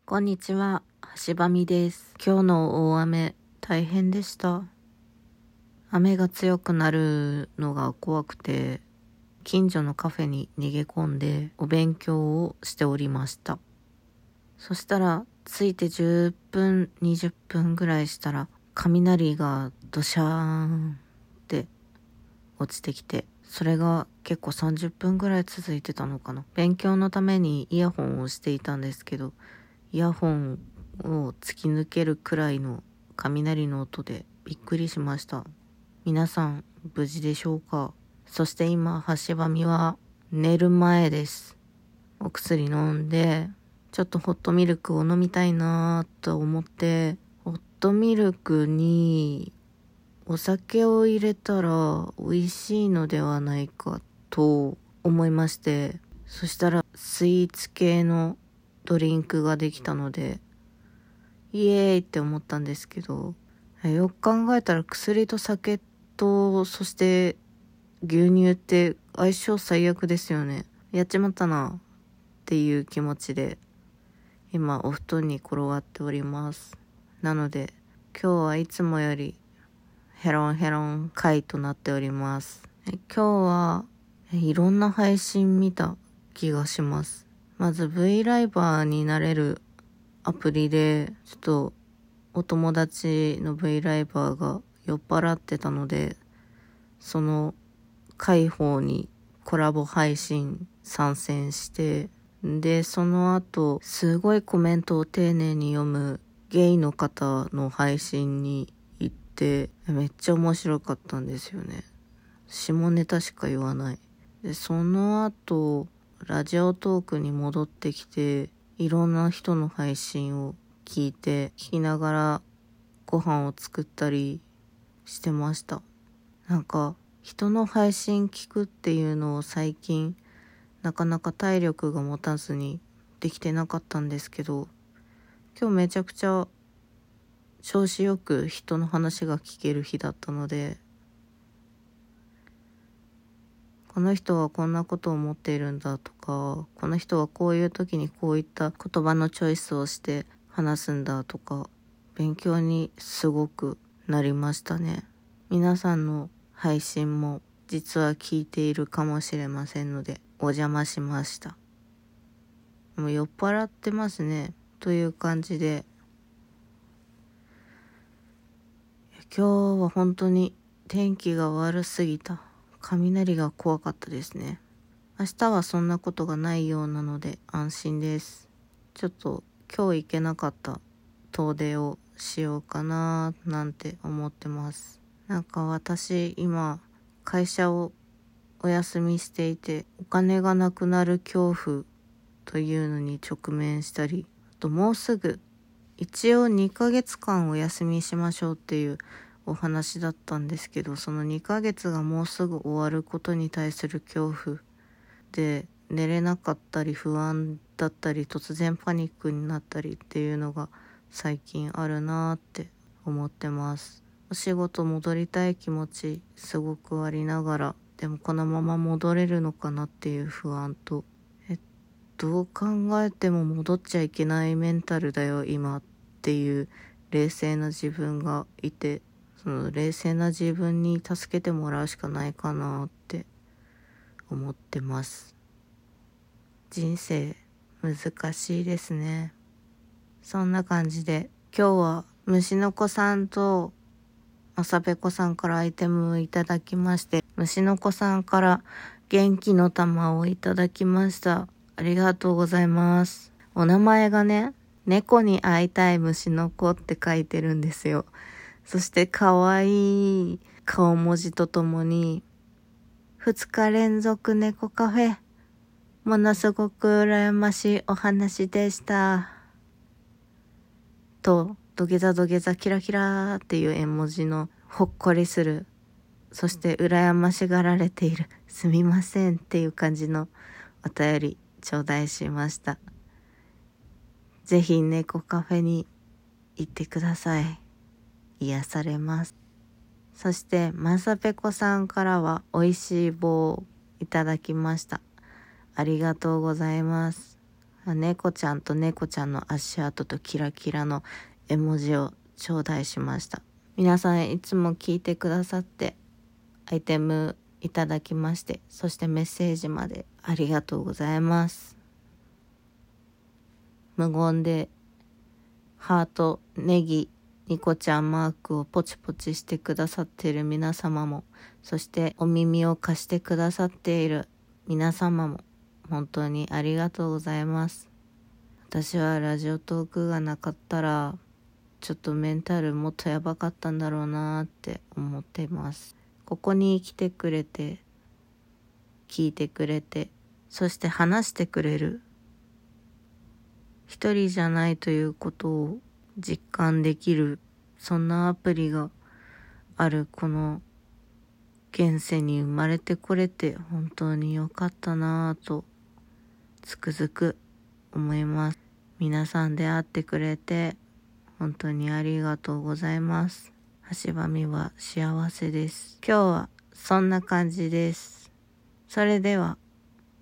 こんにちは、橋場美です。今日の大雨、大変でした。雨が強くなるのが怖くて、近所のカフェに逃げ込んでお勉強をしておりました。そしたら、着いて10分、20分ぐらいしたら、雷がドシャーンって落ちてきて、それが結構30分ぐらい続いてたのかな。勉強のためにイヤホンをしていたんですけど、イヤホンを突き抜けるくらいの雷の音でびっくりしました。皆さん無事でしょうか？そして今、橋場美は寝る前です。お薬飲んで、ちょっとホットミルクを飲みたいなと思って、ホットミルクにお酒を入れたら美味しいのではないかと思いまして、そしたらスイーツ系のドリンクができたので、イエーイって思ったんですけど、よく考えたら薬と酒と、そして牛乳って相性最悪ですよね。やっちまったなっていう気持ちで、今お布団に転がっております。なので、今日はいつもよりヘロンヘロン回となっております。今日はいろんな配信見た気がします。まず V ライバーになれるアプリで、ちょっとお友達の V ライバーが酔っ払ってたので、その解放にコラボ配信参戦して、で、その後、すごいコメントを丁寧に読むゲイの方の配信に行って、めっちゃ面白かったんですよね。下ネタしか言わない。で、その後、ラジオトークに戻ってきて、いろんな人の配信を聞きながらご飯を作ったりしてました。なんか、人の配信聞くっていうのを最近、なかなか体力が持たずにできてなかったんですけど、今日めちゃくちゃ調子よく人の話が聞ける日だったので、この人はこんなことを思っているんだとか、この人はこういう時にこういった言葉のチョイスをして話すんだとか、勉強にすごくなりましたね。皆さんの配信も実は聞いているかもしれませんので、お邪魔しました。もう酔っ払ってますね。という感じで、今日は本当に天気が悪すぎた。雷が怖かったですね。明日はそんなことがないようなので安心です。ちょっと今日行けなかった遠出をしようかななんて思ってます。なんか私今会社をお休みしていて、お金がなくなる恐怖というのに直面したり、あともうすぐ一応2ヶ月間お休みしましょうっていうお話だったんですけど、その2ヶ月がもうすぐ終わることに対する恐怖で、寝れなかったり不安だったり突然パニックになったりっていうのが最近あるなーって思ってます。お仕事戻りたい気持ちすごくありながら、でもこのまま戻れるのかなっていう不安と、どう考えても戻っちゃいけないメンタルだよ今っていう冷静な自分がいて、その冷静な自分に助けてもらうしかないかなって思ってます。人生難しいですね。そんな感じで今日は虫の子さんとまさぺこさんからアイテムをいただきまして、虫の子さんから元気の玉をいただきました。ありがとうございます。お名前がね、猫に会いたい虫の子って書いてるんですよ。そして可愛い顔文字とともに、2日連続猫カフェ、ものすごく羨ましいお話でした。と、土下座土下座キラキラーっていう絵文字のほっこりする、そして羨ましがられている、すみませんっていう感じのお便り頂戴しました。ぜひ猫カフェに行ってください。癒されます。そしてまさぺこさんからは美味しい棒をいただきました。ありがとうございます。 猫ちゃんと猫ちゃんの足跡とキラキラの絵文字を頂戴しました。皆さんいつも聞いてくださってアイテムいただきまして、そしてメッセージまでありがとうございます。無言でハート、ネギ、ニコちゃんマークをポチポチしてくださっている皆様も、そしてお耳を貸してくださっている皆様も本当にありがとうございます。私はラジオトークがなかったらちょっとメンタルもっとやばかったんだろうなって思っています。ここに来てくれて、聞いてくれて、そして話してくれる、一人じゃないということを実感できる、そんなアプリがあるこの現世に生まれてこれて本当に良かったなぁとつくづく思います。皆さん出会ってくれて本当にありがとうございます。橋場美は幸せです。今日はそんな感じです。それでは。